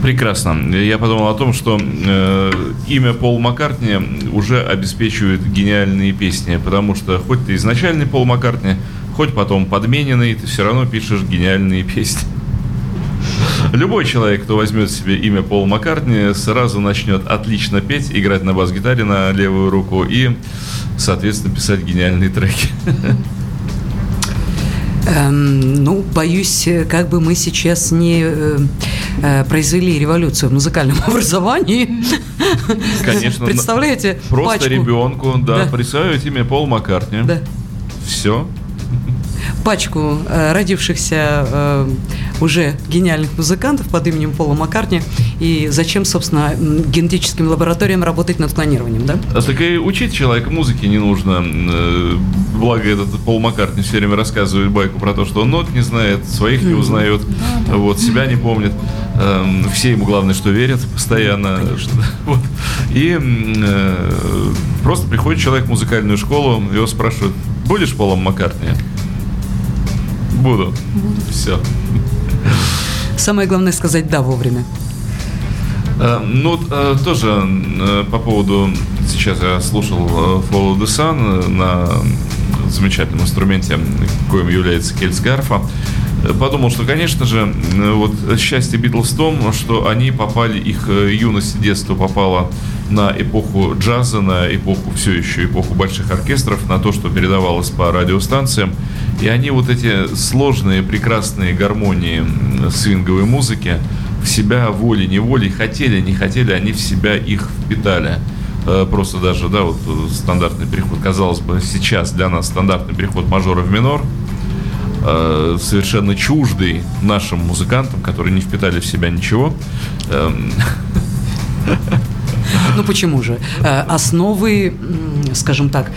Прекрасно. Я подумал о том, что имя Пол Маккартни уже обеспечивает гениальные песни, потому что хоть ты изначальный Пол Маккартни, хоть потом подмененный, ты все равно пишешь гениальные песни. Любой человек, кто возьмет себе имя Пол Маккартни, сразу начнет отлично петь, играть на бас-гитаре на левую руку и, соответственно, писать гениальные треки. Ну, боюсь, как бы мы сейчас не произвели революцию в музыкальном образовании. Конечно. Представляете, просто пачку. Ребенку, да, присваивать имя Пол Маккартни. Да. Все. Пачку родившихся уже гениальных музыкантов под именем Пола Маккартни. И зачем, собственно, генетическим лабораториям работать над клонированием, да? Так и учить человека музыке не нужно. Благо этот Пол Маккартни все время рассказывает байку про то, что он нот не знает, своих не узнает, вот, себя не помнит. Все ему главное, что верят постоянно. Вот. И просто приходит человек в музыкальную школу, его спрашивают: будешь Полом Маккартни? Буду. Все. Самое главное сказать «да» вовремя. Ну, тоже по поводу... Сейчас я слушал Follow the Sun на замечательном инструменте, коим является кельтсгарфа. Подумал, что, конечно же, вот счастье Битлз в том, что они попали, их юность и детство попало на эпоху джаза, на эпоху, все еще эпоху больших оркестров, на то, что передавалось по радиостанциям. И они вот эти сложные, прекрасные гармонии свинговой музыки в себя волей-неволей, хотели, не хотели, они в себя их впитали. Просто даже, да, вот стандартный переход, казалось бы, сейчас для нас стандартный переход мажора в минор, совершенно чуждый нашим музыкантам, которые не впитали в себя ничего. Ну почему же? Основы, скажем так,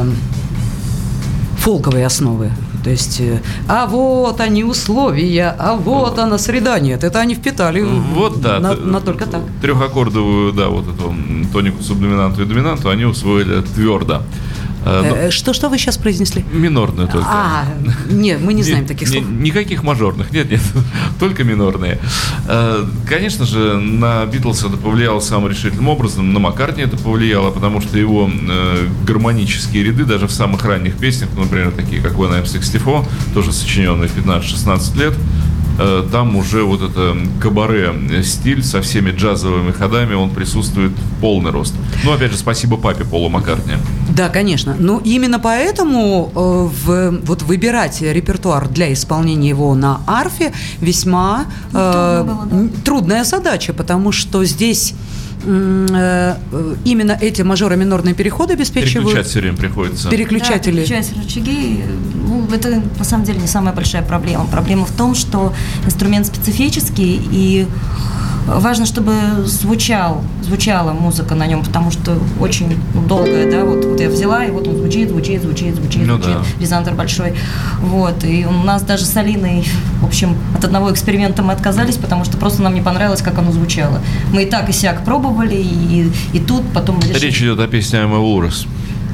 фолковые основы. То есть, а вот они условия, а вот она среда. Нет, это они впитали. Вот, да. Только так. Трехаккордовую, да, вот эту тонику, субдоминанту и доминанту они усвоили твердо. Что вы сейчас произнесли? Минорную только. Нет, мы не знаем таких слов. Никаких мажорных, нет, только минорные. Конечно же, на Битлз это повлияло самым решительным образом, на Маккартни это повлияло, потому что его гармонические ряды, даже в самых ранних песнях, например, такие как When I'm 64, тоже сочиненные в 15-16 лет, там уже вот это кабаре-стиль со всеми джазовыми ходами, он присутствует в полный рост. Ну, опять же, спасибо папе Полу Маккартни. Да, конечно. Но именно поэтому вот выбирать репертуар для исполнения его на арфе весьма трудная задача, потому что здесь именно эти мажоро-минорные переходы обеспечивают. Переключать все время приходится. Переключатели. Да, переключать рычаги. Ну, это на самом деле не самая большая проблема. Проблема в том, что инструмент специфический, и важно, чтобы звучала музыка на нем, потому что очень долгая, да, вот я взяла, и вот он звучит, да. резонатор большой. Вот, и у нас даже с Алиной, в общем, от одного эксперимента мы отказались, потому что просто нам не понравилось, как оно звучало. Мы и так, и сяк пробовали, и тут потом решили... Речь идет о песне I'm a Walrus.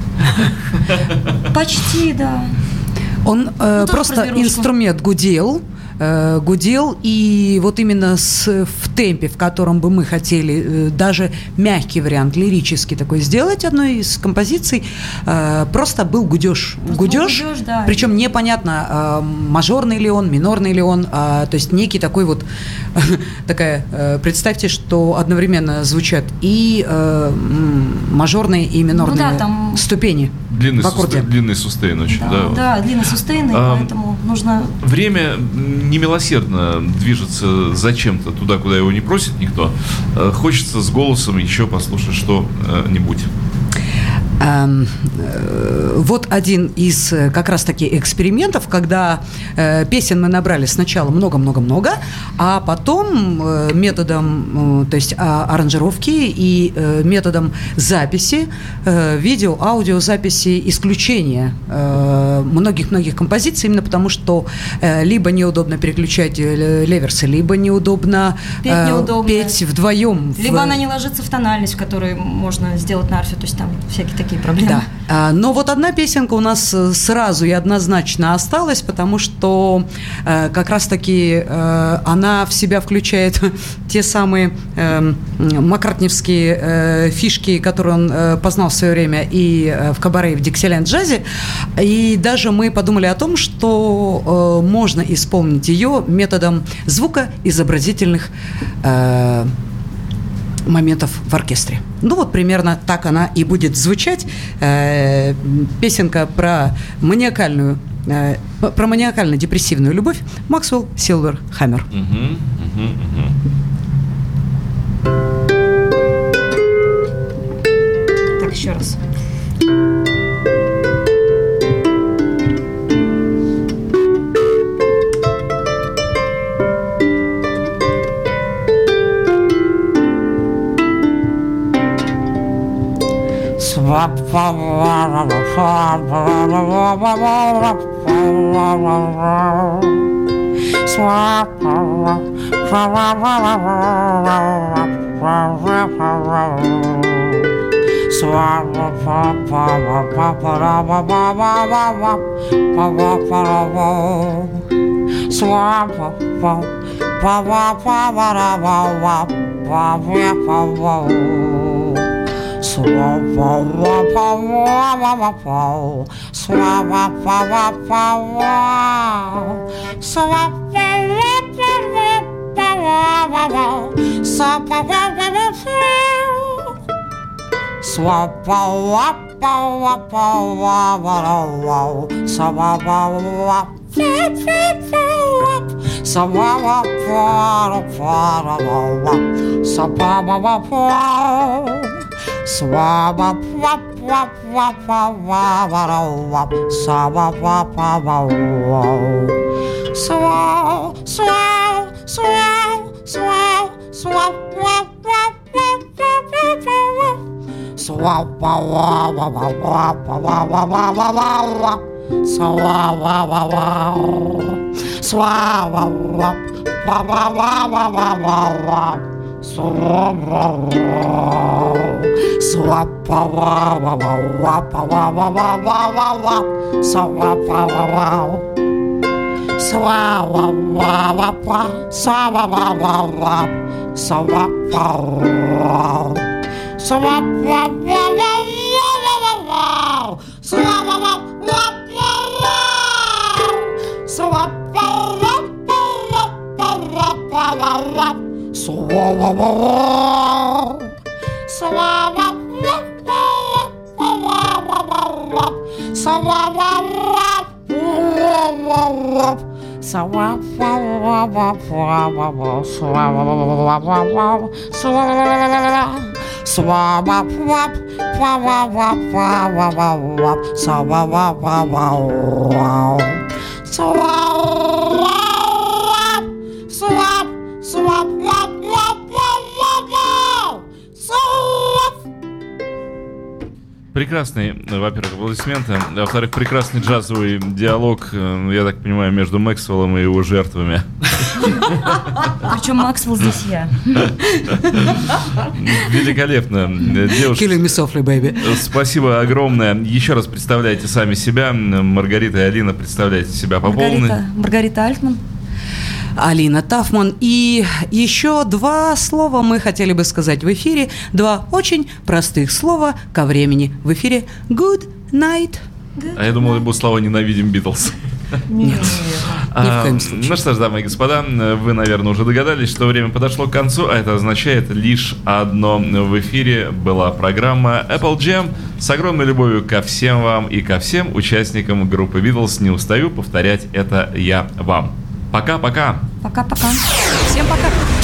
Почти, да. Он просто инструмент гудел, и вот именно в темпе, в котором бы мы хотели даже мягкий вариант, лирический такой сделать одной из композиций, просто был гудеж, да. Причем непонятно, мажорный ли он, минорный ли он, то есть некий такой вот, представьте, что одновременно звучат и мажорные, и минорные ступени. Длинный сустейн очень, да. Да, длинный сустейн, и поэтому нужно... Время немилосердно движется зачем-то туда, куда его не просит никто. Хочется с голосом еще послушать что-нибудь. Вот один из как раз-таки экспериментов, когда песен мы набрали сначала много-много-много, а потом методом, то есть аранжировки и методом записи, видео-аудиозаписи, исключения многих-многих композиций, именно потому что либо неудобно переключать леверсы, либо неудобно петь вдвоем. Либо она не ложится в тональность, в которой можно сделать на арфе, то есть там всякие такие такие проблемы. Да. Но вот одна песенка у нас сразу и однозначно осталась, потому что как раз-таки она в себя включает те самые маккартневские фишки, которые он познал в свое время и в кабаре, и в Диксиленд-джазе. И даже мы подумали о том, что можно исполнить ее методом звукоизобразительных моментов в оркестре. Ну вот примерно так она и будет звучать. Песенка про маниакально-депрессивную любовь. Максвелл Силвер Хаммер. Так, еще раз. Прекрасный, во-первых, аплодисменты, а во-вторых, прекрасный джазовый диалог, я так понимаю, между Максвеллом и его жертвами. Причем Максвелл здесь я. Великолепно. Девушка, Killing me softly, baby. Спасибо огромное. Еще раз представляйте сами себя. Маргарита и Алина, представляйте себя по полной. Маргарита Альтман. Алина Тафман. И еще два слова мы хотели бы сказать в эфире. Два очень простых слова ко времени в эфире. Good night. А я думал, это будет слово «ненавидим Битлз». Нет, ни в коем случае. Ну что ж, дамы и господа, вы, наверное, уже догадались, что время подошло к концу, а это означает лишь одно. В эфире была программа Apple Jam с огромной любовью ко всем вам и ко всем участникам группы Битлз. Не устаю повторять это я вам. Пока-пока. Пока-пока. Всем пока.